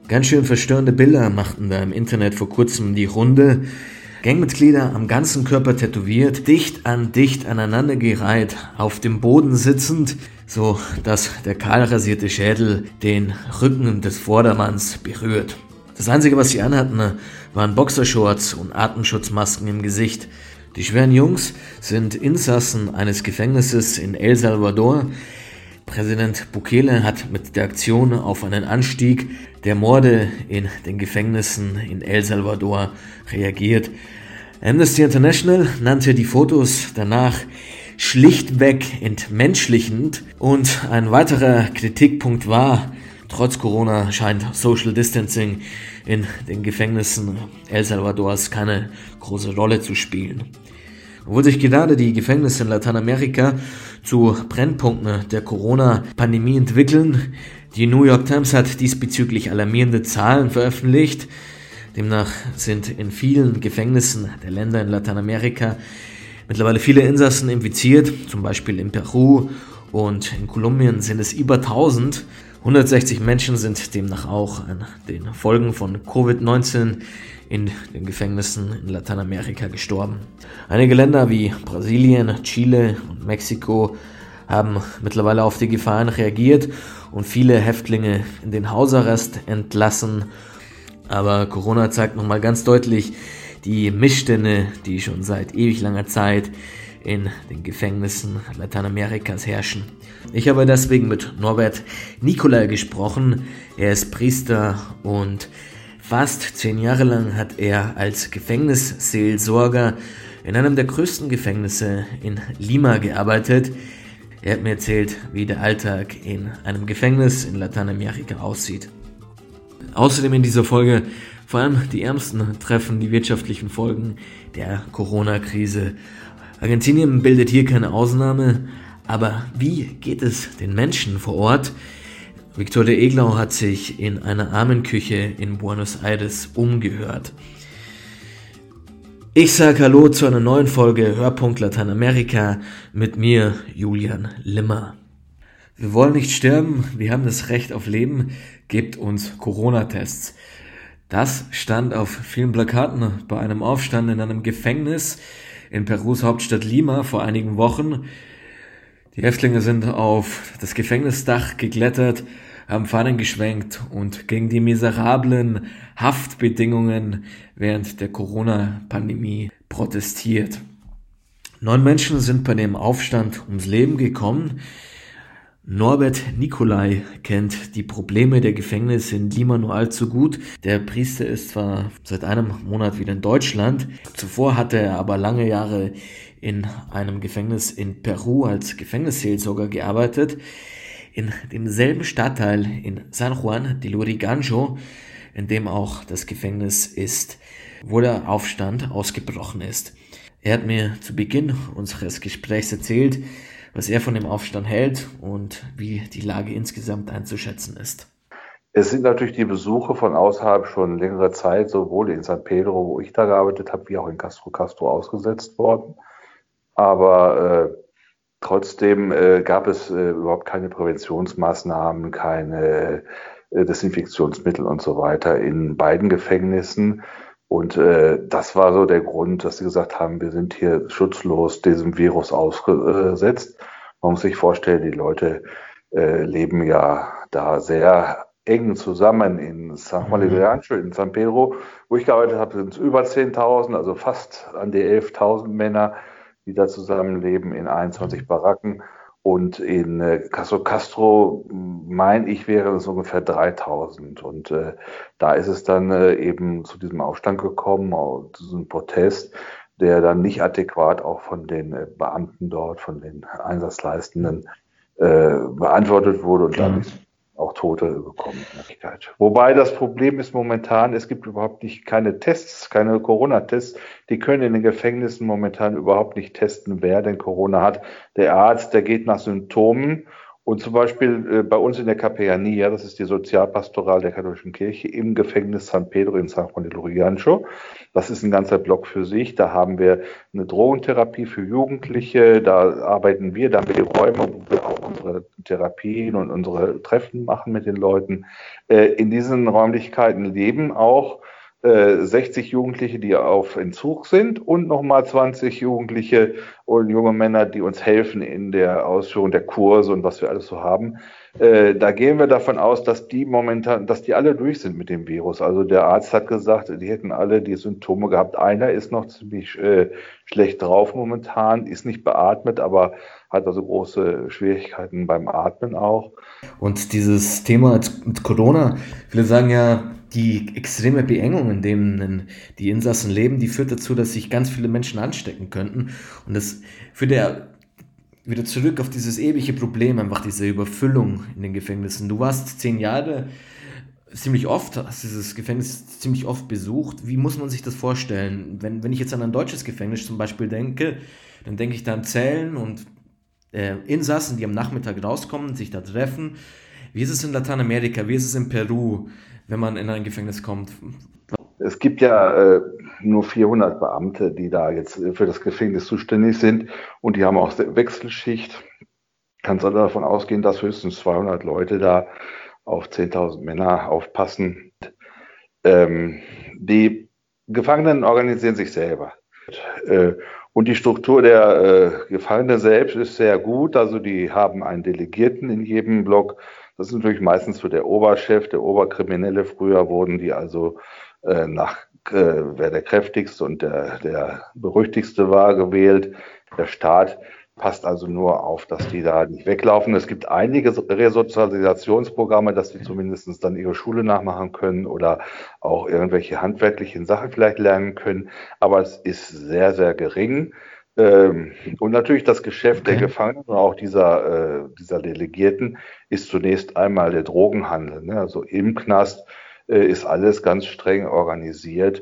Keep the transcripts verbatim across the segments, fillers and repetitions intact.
Ganz schön verstörende Bilder machten da im Internet vor kurzem die Runde. Gangmitglieder am ganzen Körper tätowiert, dicht an dicht aneinandergereiht, auf dem Boden sitzend, so dass der kahlrasierte Schädel den Rücken des Vordermanns berührt. Das Einzige, was sie anhatten, waren Boxershorts und Atemschutzmasken im Gesicht. Die schweren Jungs sind Insassen eines Gefängnisses in El Salvador. Präsident Bukele hat mit der Aktion auf einen Anstieg der Morde in den Gefängnissen in El Salvador reagiert. Amnesty International nannte die Fotos danach schlichtweg entmenschlichend und ein weiterer Kritikpunkt war, trotz Corona scheint Social Distancing in den Gefängnissen El Salvadors keine große Rolle zu spielen. Obwohl sich gerade die Gefängnisse in Lateinamerika zu Brennpunkten der Corona-Pandemie entwickeln, die New York Times hat diesbezüglich alarmierende Zahlen veröffentlicht. Demnach sind in vielen Gefängnissen der Länder in Lateinamerika mittlerweile viele Insassen infiziert, zum Beispiel in Peru und in Kolumbien sind es über tausend. hundertsechzig Menschen sind demnach auch an den Folgen von Covid neunzehn in den Gefängnissen in Lateinamerika gestorben. Einige Länder wie Brasilien, Chile und Mexiko haben mittlerweile auf die Gefahren reagiert und viele Häftlinge in den Hausarrest entlassen. Aber Corona zeigt nochmal ganz deutlich die Missstände, die schon seit ewig langer Zeit in den Gefängnissen Lateinamerikas herrschen. Ich habe deswegen mit Norbert Nicolai gesprochen. Er ist Priester und fast zehn Jahre lang hat er als Gefängnisseelsorger in einem der größten Gefängnisse in Lima gearbeitet. Er hat mir erzählt, wie der Alltag in einem Gefängnis in Lateinamerika aussieht. Außerdem in dieser Folge vor allem die Ärmsten treffen die wirtschaftlichen Folgen der Corona-Krise. Argentinien bildet hier keine Ausnahme, aber wie geht es den Menschen vor Ort? Victoria Eglau hat sich in einer Armenküche in Buenos Aires umgehört. Ich sage Hallo zu einer neuen Folge Hörpunkt Lateinamerika mit mir, Julian Limmer. Wir wollen nicht sterben, wir haben das Recht auf Leben, gebt uns Corona-Tests. Das stand auf vielen Plakaten bei einem Aufstand in einem Gefängnis in Perus Hauptstadt Lima vor einigen Wochen. Die Häftlinge sind auf das Gefängnisdach geklettert, haben Fahnen geschwenkt und gegen die miserablen Haftbedingungen während der Corona-Pandemie protestiert. Neun Menschen sind bei dem Aufstand ums Leben gekommen. Norbert Nicolai kennt die Probleme der Gefängnisse in Lima nur allzu gut. Der Priester ist zwar seit einem Monat wieder in Deutschland, zuvor hatte er aber lange Jahre in einem Gefängnis in Peru als Gefängnisseelsorger gearbeitet. In demselben Stadtteil in San Juan de Lurigancho, in dem auch das Gefängnis ist, wo der Aufstand ausgebrochen ist. Er hat mir zu Beginn unseres Gesprächs erzählt, was er von dem Aufstand hält und wie die Lage insgesamt einzuschätzen ist. Es sind natürlich die Besuche von außerhalb schon längere Zeit, sowohl in San Pedro, wo ich da gearbeitet habe, wie auch in Castro Castro ausgesetzt worden. Aber äh, trotzdem äh, gab es äh, überhaupt keine Präventionsmaßnahmen, keine äh, Desinfektionsmittel und so weiter in beiden Gefängnissen. Und äh, das war so der Grund, dass sie gesagt haben, wir sind hier schutzlos diesem Virus ausgesetzt. Man muss sich vorstellen, die Leute äh, leben ja da sehr eng zusammen in San Juan de Lurigancho, in San Pedro, wo ich gearbeitet habe, sind es über zehntausend, also fast an die elftausend Männer, die da zusammenleben in einundzwanzig Baracken. Und in äh, Castro Castro, meine ich, wären es ungefähr dreitausend. Und äh, da ist es dann äh, eben zu diesem Aufstand gekommen, zu diesem Protest, der dann nicht adäquat auch von den äh, Beamten dort, von den Einsatzleistenden äh, beantwortet wurde und dann ist auch Tote bekommen. Wobei das Problem ist momentan, es gibt überhaupt nicht keine Tests, keine Corona-Tests. Die können in den Gefängnissen momentan überhaupt nicht testen, wer denn Corona hat. Der Arzt, der geht nach Symptomen Und zum Beispiel äh, bei uns in der Capellanía, das ist die Sozialpastoral der katholischen Kirche, im Gefängnis San Pedro in San Juan de Lurigancho. Das ist ein ganzer Block für sich. Da haben wir eine Drogentherapie für Jugendliche. Da arbeiten wir, da haben wir die Räume, wo wir auch unsere Therapien und unsere Treffen machen mit den Leuten. Äh, in diesen Räumlichkeiten leben auch äh, sechzig Jugendliche, die auf Entzug sind und nochmal zwanzig Jugendliche und junge Männer, die uns helfen in der Ausführung der Kurse und was wir alles so haben. Äh, da gehen wir davon aus, dass die momentan, dass die alle durch sind mit dem Virus. Also der Arzt hat gesagt, die hätten alle die Symptome gehabt. Einer ist noch ziemlich äh, schlecht drauf momentan, ist nicht beatmet, aber hat also große Schwierigkeiten beim Atmen auch. Und dieses Thema mit Corona, viele sagen ja, die extreme Beengung, in denen die Insassen leben, die führt dazu, dass sich ganz viele Menschen anstecken könnten. Und das führt ja wieder zurück auf dieses ewige Problem, einfach diese Überfüllung in den Gefängnissen. Du warst zehn Jahre ziemlich oft, hast dieses Gefängnis ziemlich oft besucht. Wie muss man sich das vorstellen? Wenn, wenn ich jetzt an ein deutsches Gefängnis zum Beispiel denke, dann denke ich da an Zellen und äh, Insassen, die am Nachmittag rauskommen, sich da treffen. Wie ist es in Lateinamerika? Wie ist es in Peru, wenn man in ein Gefängnis kommt? Es gibt ja äh, nur vierhundert Beamte, die da jetzt für das Gefängnis zuständig sind und die haben auch Wechselschicht. Kannst du davon ausgehen, dass höchstens zweihundert Leute da auf zehntausend Männer aufpassen. Ähm, die Gefangenen organisieren sich selber. Äh, und die Struktur der äh, Gefangenen selbst ist sehr gut. Also die haben einen Delegierten in jedem Block. Das ist natürlich meistens so der Oberchef, der Oberkriminelle. Früher wurden die also äh, nach, äh, wer der kräftigste und der, der berüchtigste war, gewählt. Der Staat passt also nur auf, dass die da nicht weglaufen. Es gibt einige Resozialisationsprogramme, dass die zumindest dann ihre Schule nachmachen können oder auch irgendwelche handwerklichen Sachen vielleicht lernen können. Aber es ist sehr, sehr gering. Und natürlich das Geschäft der Gefangenen und auch dieser, dieser Delegierten ist zunächst einmal der Drogenhandel. Also im Knast ist alles ganz streng organisiert.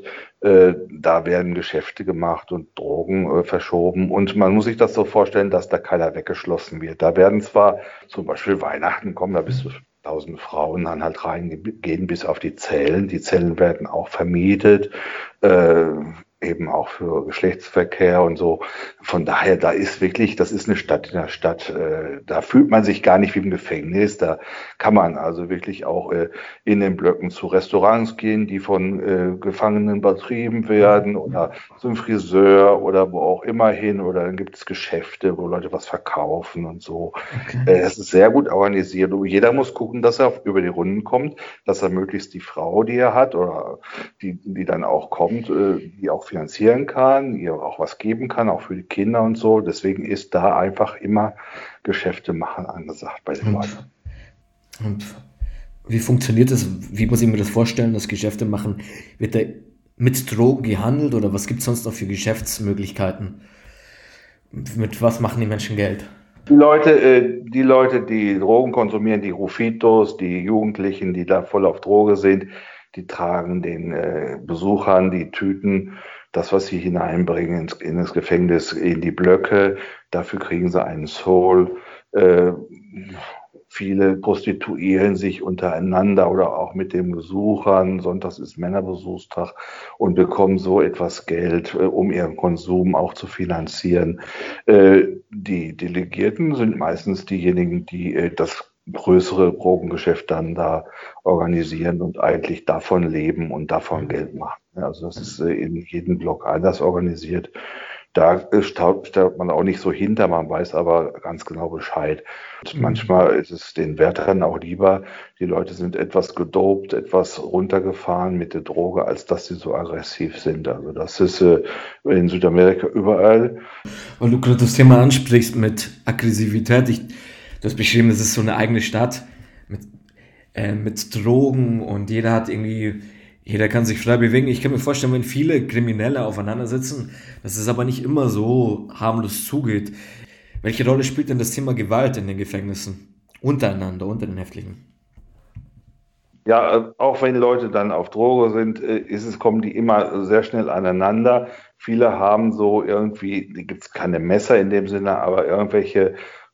Da werden Geschäfte gemacht und Drogen verschoben. Und man muss sich das so vorstellen, dass da keiner weggeschlossen wird. Da werden zwar zum Beispiel Weihnachten kommen, da bis zu tausend Frauen dann halt reingehen bis auf die Zellen. Die Zellen werden auch vermietet. Äh, eben auch für Geschlechtsverkehr und so. Von daher, da ist wirklich, das ist eine Stadt in der Stadt. Äh, da fühlt man sich gar nicht wie im Gefängnis. Da kann man also wirklich auch äh, in den Blöcken zu Restaurants gehen, die von äh, Gefangenen betrieben werden oder zum Friseur oder wo auch immer hin. Oder dann gibt es Geschäfte, wo Leute was verkaufen und so. Okay. Äh, es ist sehr gut organisiert. Und jeder muss gucken, dass er auf, über die Runden kommt, dass er möglichst die Frau, die er hat oder die, die dann auch kommt, äh, die auch finanzieren kann, ihr auch was geben kann, auch für die Kinder und so. Deswegen ist da einfach immer Geschäfte machen angesagt bei den Leuten. Und wie funktioniert das? Wie muss ich mir das vorstellen, das Geschäfte machen? Wird da mit Drogen gehandelt oder was gibt es sonst noch für Geschäftsmöglichkeiten? Mit was machen die Menschen Geld? Die Leute, die Leute, die Drogen konsumieren, die Rufitos, die Jugendlichen, die da voll auf Droge sind, die tragen den äh, Besuchern die Tüten, das, was sie hineinbringen ins, in das Gefängnis, in die Blöcke. Dafür kriegen sie einen Soul. Äh, viele prostituieren sich untereinander oder auch mit den Besuchern. Sonntags ist Männerbesuchstag und bekommen so etwas Geld, äh, um ihren Konsum auch zu finanzieren. Äh, die Delegierten sind meistens diejenigen, die äh, das größere Drogengeschäft dann da organisieren und eigentlich davon leben und davon Geld machen. Also das ist in jedem Block anders organisiert. Da staut, staut man auch nicht so hinter, man weiß aber ganz genau Bescheid. Und manchmal ist es den Wärtern auch lieber, die Leute sind etwas gedopt, etwas runtergefahren mit der Droge, als dass sie so aggressiv sind. Also das ist äh, in Südamerika überall. Weil du gerade das Thema ansprichst mit Aggressivität, ich Du hast beschrieben, das ist so eine eigene Stadt mit, äh, mit Drogen und jeder hat irgendwie, jeder kann sich frei bewegen. Ich kann mir vorstellen, wenn viele Kriminelle aufeinander sitzen, dass es aber nicht immer so harmlos zugeht. Welche Rolle spielt denn das Thema Gewalt in den Gefängnissen? Untereinander, unter den Häftlingen? Ja, auch wenn Leute dann auf Droge sind, ist es, kommen die immer sehr schnell aneinander. Viele haben so irgendwie, die gibt es keine Messer in dem Sinne, aber irgendwelche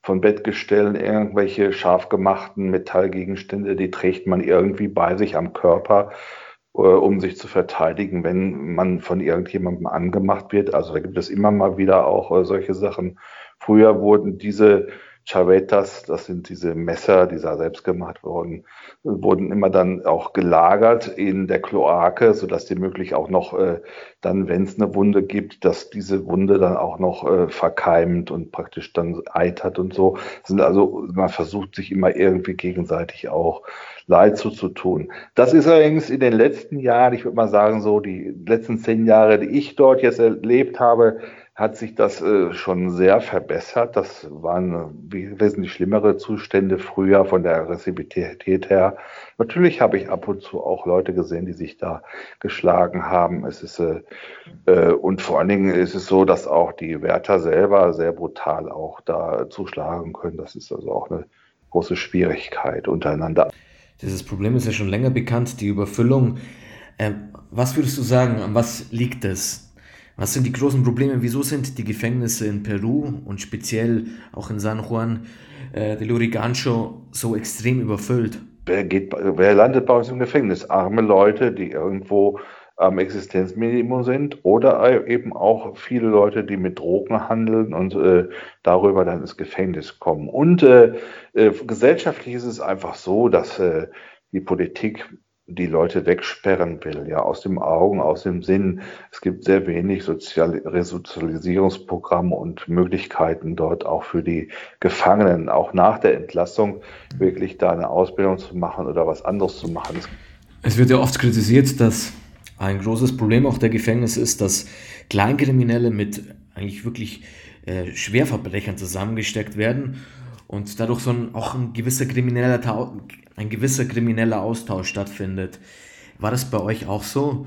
von Bettgestellen irgendwelche scharf gemachten Metallgegenstände, die trägt man irgendwie bei sich am Körper, äh, um sich zu verteidigen, wenn man von irgendjemandem angemacht wird. Also da gibt es immer mal wieder auch äh, solche Sachen. Früher wurden diese Chavetas, das sind diese Messer, die da selbst gemacht wurden, wurden immer dann auch gelagert in der Kloake, sodass die möglich auch noch äh, dann, wenn es eine Wunde gibt, dass diese Wunde dann auch noch äh, verkeimt und praktisch dann eitert und so. Sind also, man versucht sich immer irgendwie gegenseitig auch Leid zuzutun. Das ist allerdings in den letzten Jahren, ich würde mal sagen, so die letzten zehn Jahre, die ich dort jetzt erlebt habe, hat sich das äh, schon sehr verbessert. Das waren äh, wesentlich schlimmere Zustände früher von der Aggressivität her. Natürlich habe ich ab und zu auch Leute gesehen, die sich da geschlagen haben. Es ist äh, äh, und vor allen Dingen ist es so, dass auch die Wärter selber sehr brutal auch da zuschlagen können. Das ist also auch eine große Schwierigkeit untereinander. Dieses Problem ist ja schon länger bekannt, die Überfüllung. Ähm, was würdest du sagen, an was liegt es? Was sind die großen Probleme? Wieso sind die Gefängnisse in Peru und speziell auch in San Juan äh, de Lurigancho so extrem überfüllt? Wer geht, wer landet bei uns im Gefängnis? Arme Leute, die irgendwo am Existenzminimum sind oder eben auch viele Leute, die mit Drogen handeln und äh, darüber dann ins Gefängnis kommen. Und äh, äh, gesellschaftlich ist es einfach so, dass äh, die Politik die Leute wegsperren will, ja, aus dem Augen, aus dem Sinn. Es gibt sehr wenig Sozial Resozialisierungsprogramme und Möglichkeiten dort auch für die Gefangenen, auch nach der Entlassung, wirklich da eine Ausbildung zu machen oder was anderes zu machen. Es wird ja oft kritisiert, dass ein großes Problem auch der Gefängnisse ist, dass Kleinkriminelle mit eigentlich wirklich äh, Schwerverbrechern zusammengesteckt werden und dadurch so ein, auch ein gewisser krimineller Tau ein gewisser krimineller Austausch stattfindet. War das bei euch auch so?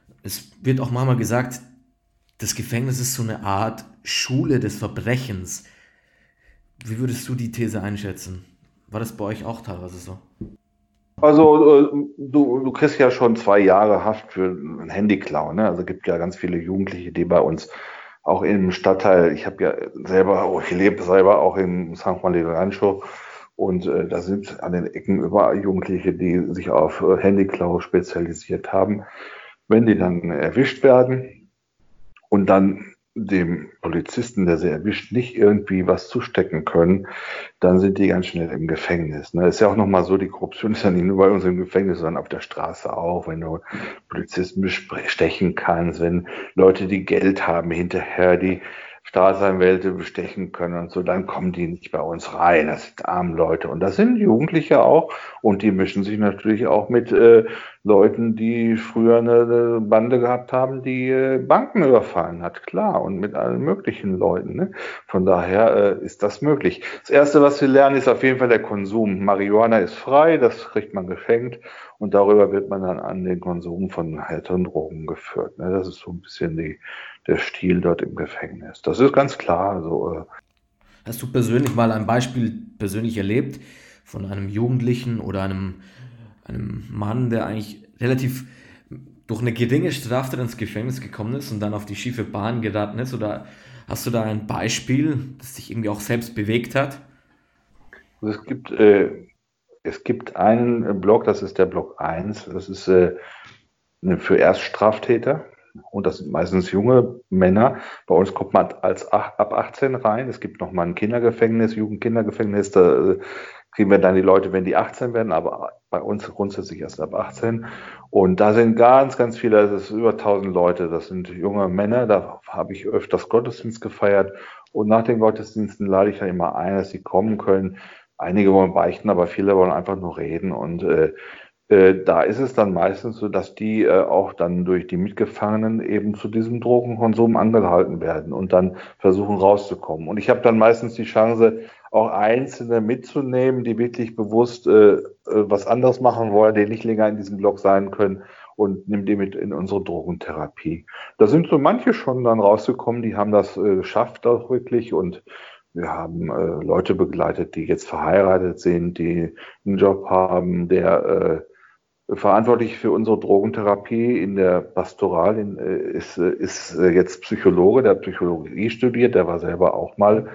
Es wird auch manchmal gesagt, das Gefängnis ist so eine Art Schule des Verbrechens. Wie würdest du die These einschätzen? War das bei euch auch teilweise so? Also du, du kriegst ja schon zwei Jahre Haft für einen Handyklau, ne? Also es gibt ja ganz viele Jugendliche, die bei uns auch im Stadtteil, ich habe ja selber, oh, ich lebe selber auch in San Juan de Rancho, und äh, da sind an den Ecken überall Jugendliche, die sich auf äh, Handyklau spezialisiert haben. Wenn die dann erwischt werden und dann dem Polizisten, der sie erwischt, nicht irgendwie was zustecken können, dann sind die ganz schnell im Gefängnis. Ne? Ist ja auch nochmal so, die Korruption ist ja nicht nur bei uns im Gefängnis, sondern auf der Straße auch, wenn du Polizisten bestechen kannst, wenn Leute, die Geld haben, hinterher die Staatsanwälte bestechen können und so, dann kommen die nicht bei uns rein. Das sind arme Leute und das sind Jugendliche auch und die mischen sich natürlich auch mit äh, Leuten, die früher eine, eine Bande gehabt haben, die äh, Banken überfallen hat, klar, und mit allen möglichen Leuten. Ne? Von daher äh, ist das möglich. Das Erste, was wir lernen, ist auf jeden Fall der Konsum. Marihuana ist frei, das kriegt man geschenkt und darüber wird man dann an den Konsum von härteren Drogen geführt. Ne? Das ist so ein bisschen die der Stil dort im Gefängnis. Das ist ganz klar. Also, äh Hast du persönlich mal ein Beispiel persönlich erlebt von einem Jugendlichen oder einem, einem Mann, der eigentlich relativ durch eine geringe Straftat ins Gefängnis gekommen ist und dann auf die schiefe Bahn geraten ist? Oder hast du da ein Beispiel, das dich irgendwie auch selbst bewegt hat? es gibt, äh, es gibt einen Block, das ist der Block eins, das ist äh, für Erststraftäter. Und das sind meistens junge Männer. Bei uns kommt man als ab achtzehn rein. Es gibt noch mal ein Kindergefängnis, Jugendkindergefängnis. Da kriegen wir dann die Leute, wenn die achtzehn werden, aber bei uns grundsätzlich erst ab achtzehn. Und da sind ganz, ganz viele, das ist über tausend Leute. Das sind junge Männer. Da habe ich öfters Gottesdienst gefeiert. Und nach den Gottesdiensten lade ich dann immer ein, dass sie kommen können. Einige wollen beichten, aber viele wollen einfach nur reden. Und äh, Äh, da ist es dann meistens so, dass die äh, auch dann durch die Mitgefangenen eben zu diesem Drogenkonsum angehalten werden und dann versuchen rauszukommen. Und ich habe dann meistens die Chance, auch Einzelne mitzunehmen, die wirklich bewusst äh, äh, was anderes machen wollen, die nicht länger in diesem Block sein können und nimm die mit in unsere Drogentherapie. Da sind so manche schon dann rausgekommen, die haben das äh, geschafft auch wirklich und wir haben äh, Leute begleitet, die jetzt verheiratet sind, die einen Job haben, der äh, verantwortlich für unsere Drogentherapie in der Pastoral in, ist, ist jetzt Psychologe, der hat Psychologie studiert, der war selber auch mal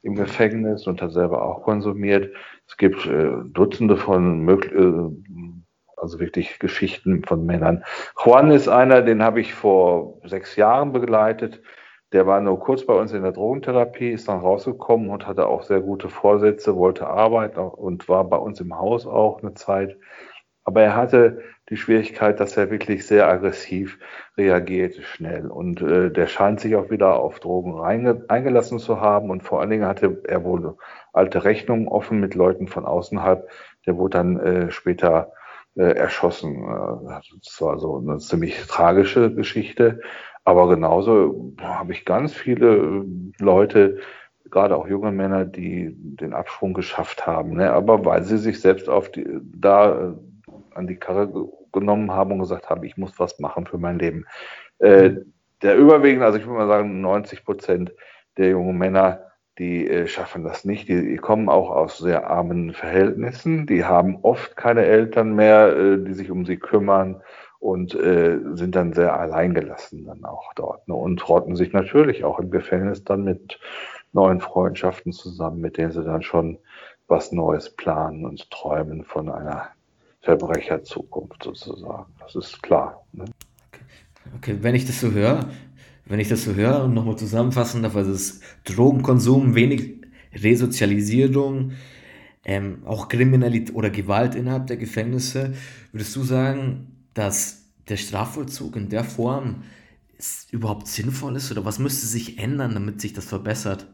im Gefängnis und hat selber auch konsumiert. Es gibt äh, Dutzende von möglich, äh, also wirklich Geschichten von Männern. Juan ist einer, den habe ich vor sechs Jahren begleitet. Der war nur kurz bei uns in der Drogentherapie, ist dann rausgekommen und hatte auch sehr gute Vorsätze, wollte arbeiten und war bei uns im Haus auch eine Zeit. Aber er hatte die Schwierigkeit, dass er wirklich sehr aggressiv reagierte, schnell. Und äh, der scheint sich auch wieder auf Drogen reinge- eingelassen zu haben. Und vor allen Dingen hatte er wohl alte Rechnungen offen mit Leuten von außerhalb. Der wurde dann äh, später äh, erschossen. Das war so eine ziemlich tragische Geschichte. Aber genauso habe ich ganz viele Leute, gerade auch junge Männer, die den Absprung geschafft haben, ne? Aber weil sie sich selbst auf die, da an die Karre genommen haben und gesagt haben, ich muss was machen für mein Leben. Äh, der überwiegend, also ich würde mal sagen, neunzig Prozent der jungen Männer, die äh, schaffen das nicht. Die, die kommen auch aus sehr armen Verhältnissen. Die haben oft keine Eltern mehr, äh, die sich um sie kümmern und äh, sind dann sehr alleingelassen dann auch dort. Ne? Und rotten sich natürlich auch im Gefängnis dann mit neuen Freundschaften zusammen, mit denen sie dann schon was Neues planen und träumen von einer Verbrecherzukunft sozusagen. Das ist klar. Ne? Okay. Okay, wenn ich das so höre, wenn ich das so höre und nochmal zusammenfassen darf, also es ist Drogenkonsum, wenig Resozialisierung, ähm, auch Kriminalität oder Gewalt innerhalb der Gefängnisse, würdest du sagen, dass der Strafvollzug in der Form ist, überhaupt sinnvoll ist oder was müsste sich ändern, damit sich das verbessert?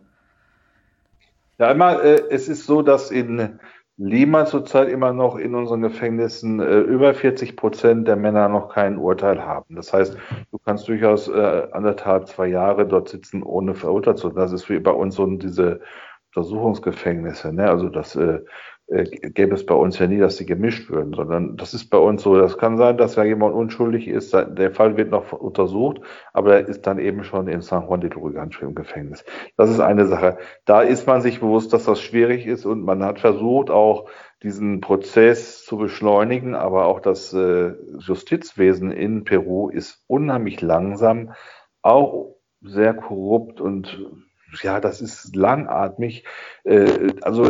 Ja, einmal, äh, es ist so, dass in Lima zurzeit immer noch in unseren Gefängnissen äh, über vierzig Prozent der Männer noch kein Urteil haben. Das heißt, du kannst durchaus äh, anderthalb, zwei Jahre dort sitzen, ohne verurteilt zu werden. Das ist wie bei uns so diese Untersuchungsgefängnisse, ne? Also das äh, äh, gäbe es bei uns ja nie, dass die gemischt würden, sondern das ist bei uns so, das kann sein, dass ja jemand unschuldig ist, der Fall wird noch untersucht, aber er ist dann eben schon in San Juan de Lurigancho im Gefängnis. Das ist eine Sache. Da ist man sich bewusst, dass das schwierig ist und man hat versucht auch diesen Prozess zu beschleunigen, aber auch das äh, Justizwesen in Peru ist unheimlich langsam, auch sehr korrupt und ja, das ist langatmig. Äh, also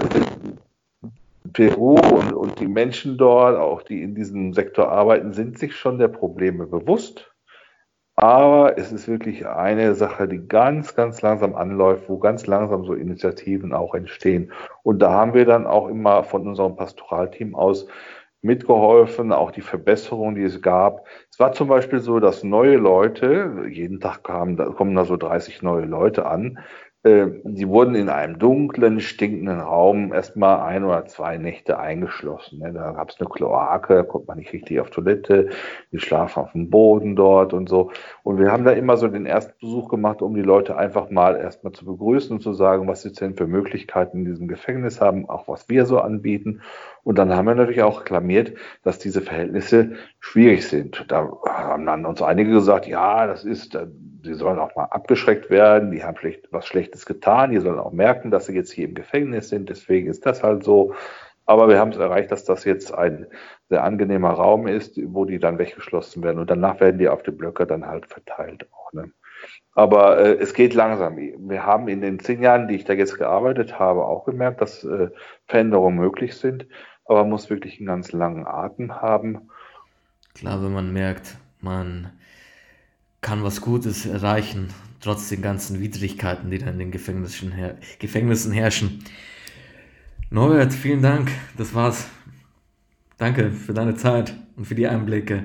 Peru und, und die Menschen dort, auch die in diesem Sektor arbeiten, sind sich schon der Probleme bewusst. Aber es ist wirklich eine Sache, die ganz, ganz langsam anläuft, wo ganz langsam so Initiativen auch entstehen. Und da haben wir dann auch immer von unserem Pastoralteam aus mitgeholfen, auch die Verbesserungen, die es gab. Es war zum Beispiel so, dass neue Leute, jeden Tag kamen, da kommen da so dreißig neue Leute an, die wurden in einem dunklen, stinkenden Raum erstmal ein oder zwei Nächte eingeschlossen. Da gab es eine Kloake, da konnte man nicht richtig auf Toilette, die schlafen auf dem Boden dort und so. Und wir haben da immer so den ersten Besuch gemacht, um die Leute einfach mal erstmal zu begrüßen und zu sagen, was sie denn für Möglichkeiten in diesem Gefängnis haben, auch was wir so anbieten. Und dann haben wir natürlich auch reklamiert, dass diese Verhältnisse schwierig sind. Da haben dann uns einige gesagt, ja, das ist, sie sollen auch mal abgeschreckt werden, die haben schlecht, was Schlechtes getan, die sollen auch merken, dass sie jetzt hier im Gefängnis sind, deswegen ist das halt so. Aber wir haben es erreicht, dass das jetzt ein sehr angenehmer Raum ist, wo die dann weggeschlossen werden und danach werden die auf die Blöcke dann halt verteilt auch, ne? Aber äh, es geht langsam. Wir haben in den zehn Jahren, die ich da jetzt gearbeitet habe, auch gemerkt, dass äh, Veränderungen möglich sind, aber man muss wirklich einen ganz langen Atem haben. Klar, wenn man merkt, man kann was Gutes erreichen, trotz den ganzen Widrigkeiten, die da in den Gefängnissen, her- Gefängnissen herrschen. Norbert, vielen Dank, das war's. Danke für deine Zeit und für die Einblicke.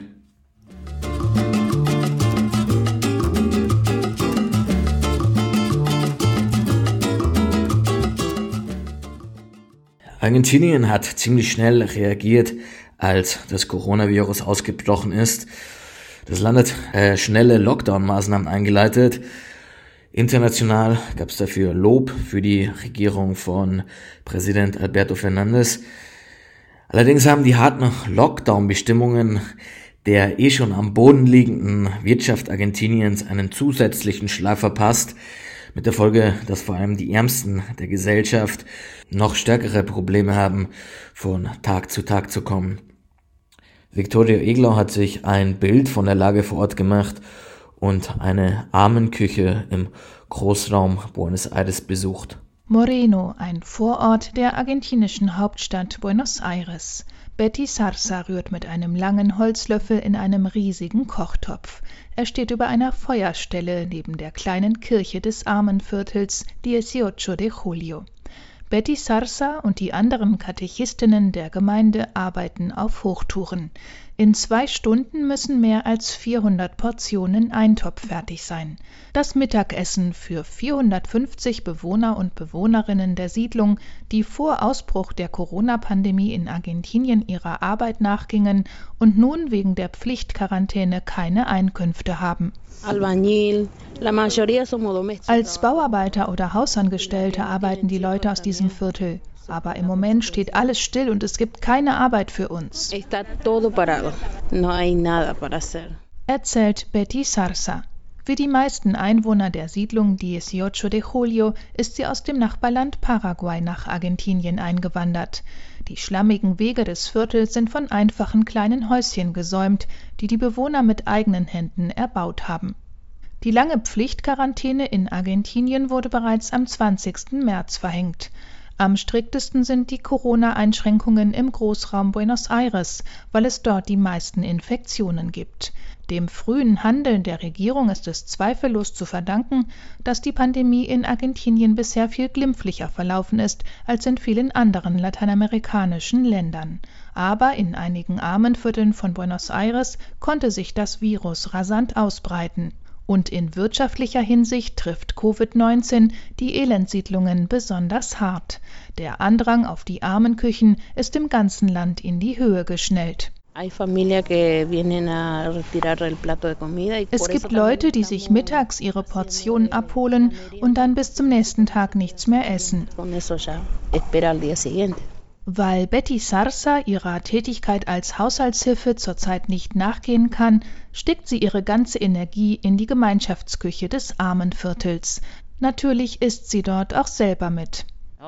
Argentinien hat ziemlich schnell reagiert, als das Coronavirus ausgebrochen ist. Das Land hat äh, schnelle Lockdown-Maßnahmen eingeleitet. International gab es dafür Lob für die Regierung von Präsident Alberto Fernández. Allerdings haben die harten Lockdown-Bestimmungen der eh schon am Boden liegenden Wirtschaft Argentiniens einen zusätzlichen Schlag verpasst, mit der Folge, dass vor allem die Ärmsten der Gesellschaft noch stärkere Probleme haben, von Tag zu Tag zu kommen. Victoria Eglau hat sich ein Bild von der Lage vor Ort gemacht und eine Armenküche im Großraum Buenos Aires besucht. Moreno, ein Vorort der argentinischen Hauptstadt Buenos Aires. Betty Sarza rührt mit einem langen Holzlöffel in einem riesigen Kochtopf. Er steht über einer Feuerstelle neben der kleinen Kirche des Armenviertels dieciocho de julio. Betty Sarza und die anderen Katechistinnen der Gemeinde arbeiten auf Hochtouren. In zwei Stunden müssen mehr als vierhundert Portionen Eintopf fertig sein. Das Mittagessen für vierhundertfünfzig Bewohner und Bewohnerinnen der Siedlung, die vor Ausbruch der Corona-Pandemie in Argentinien ihrer Arbeit nachgingen und nun wegen der Pflichtquarantäne keine Einkünfte haben. Als Bauarbeiter oder Hausangestellte arbeiten die Leute aus diesem Viertel. Aber im Moment steht alles still und es gibt keine Arbeit für uns, erzählt Betty Sarza. Wie die meisten Einwohner der Siedlung dieciocho de julio ist sie aus dem Nachbarland Paraguay nach Argentinien eingewandert. Die schlammigen Wege des Viertels sind von einfachen kleinen Häuschen gesäumt, die die Bewohner mit eigenen Händen erbaut haben. Die lange Pflichtquarantäne in Argentinien wurde bereits am zwanzigsten März verhängt. Am striktesten sind die Corona-Einschränkungen im Großraum Buenos Aires, weil es dort die meisten Infektionen gibt. Dem frühen Handeln der Regierung ist es zweifellos zu verdanken, dass die Pandemie in Argentinien bisher viel glimpflicher verlaufen ist als in vielen anderen lateinamerikanischen Ländern. Aber in einigen Armenvierteln von Buenos Aires konnte sich das Virus rasant ausbreiten. Und in wirtschaftlicher Hinsicht trifft Covid neunzehn die Elendssiedlungen besonders hart. Der Andrang auf die Armenküchen ist im ganzen Land in die Höhe geschnellt. Es gibt Leute, die sich mittags ihre Portionen abholen und dann bis zum nächsten Tag nichts mehr essen. Weil Betty Sarza ihrer Tätigkeit als Haushaltshilfe zurzeit nicht nachgehen kann, steckt sie ihre ganze Energie in die Gemeinschaftsküche des Armenviertels. Natürlich isst sie dort auch selber mit.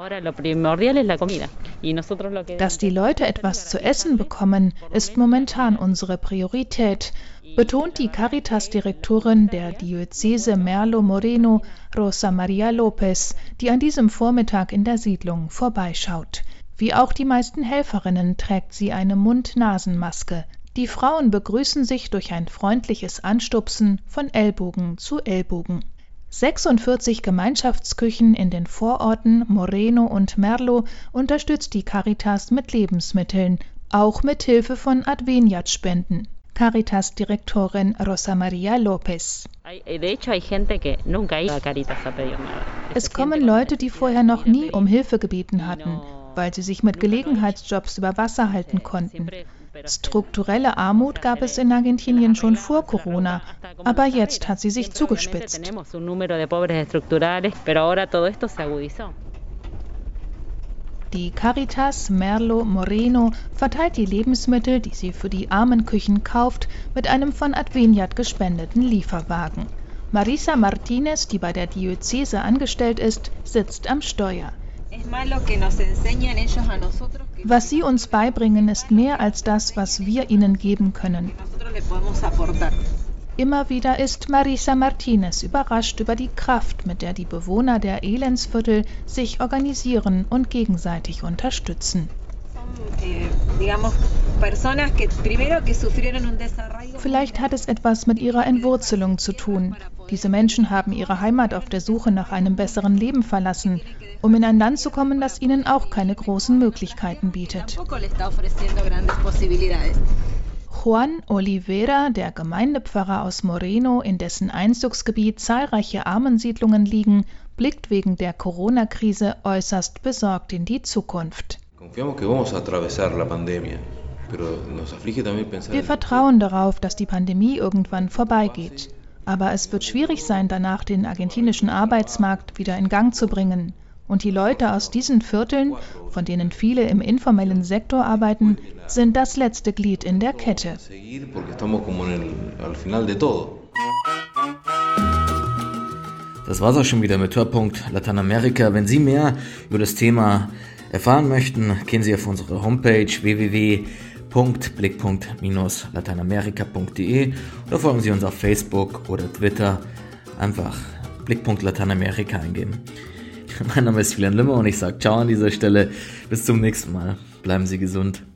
Dass die Leute etwas zu essen bekommen, ist momentan unsere Priorität, betont die Caritas-Direktorin der Diözese Merlo Moreno, Rosa Maria Lopez, die an diesem Vormittag in der Siedlung vorbeischaut. Wie auch die meisten Helferinnen trägt sie eine Mund-Nasen-Maske. Die Frauen begrüßen sich durch ein freundliches Anstupsen von Ellbogen zu Ellbogen. sechsundvierzig Gemeinschaftsküchen in den Vororten Moreno und Merlo unterstützt die Caritas mit Lebensmitteln, auch mit Hilfe von Adveniat-Spenden. Caritas-Direktorin Rosa Maria Lopez. Es kommen Leute, die vorher noch nie um Hilfe gebeten hatten, weil sie sich mit Gelegenheitsjobs über Wasser halten konnten. Strukturelle Armut gab es in Argentinien schon vor Corona, aber jetzt hat sie sich zugespitzt. Die Caritas Merlo Moreno verteilt die Lebensmittel, die sie für die Armenküchen kauft, mit einem von Adveniat gespendeten Lieferwagen. Marisa Martinez, die bei der Diözese angestellt ist, sitzt am Steuer. Was sie uns beibringen, ist mehr als das, was wir ihnen geben können. Immer wieder ist Marisa Martinez überrascht über die Kraft, mit der die Bewohner der Elendsviertel sich organisieren und gegenseitig unterstützen. Vielleicht hat es etwas mit ihrer Entwurzelung zu tun. Diese Menschen haben ihre Heimat auf der Suche nach einem besseren Leben verlassen, um in ein Land zu kommen, das ihnen auch keine großen Möglichkeiten bietet. Juan Oliveira, der Gemeindepfarrer aus Moreno, in dessen Einzugsgebiet zahlreiche Armensiedlungen liegen, blickt wegen der Corona-Krise äußerst besorgt in die Zukunft. Wir vertrauen darauf, dass die Pandemie irgendwann vorbeigeht. Aber es wird schwierig sein, danach den argentinischen Arbeitsmarkt wieder in Gang zu bringen. Und die Leute aus diesen Vierteln, von denen viele im informellen Sektor arbeiten, sind das letzte Glied in der Kette. Das war's auch schon wieder mit Hörpunkt Lateinamerika. Wenn Sie mehr über das Thema erfahren möchten, gehen Sie auf unsere Homepage w w w punkt blick punkt lateinamerika punkt de oder folgen Sie uns auf Facebook oder Twitter. Einfach Blickpunkt Lateinamerika eingeben. Mein Name ist Julian Limmer und ich sage ciao an dieser Stelle. Bis zum nächsten Mal. Bleiben Sie gesund.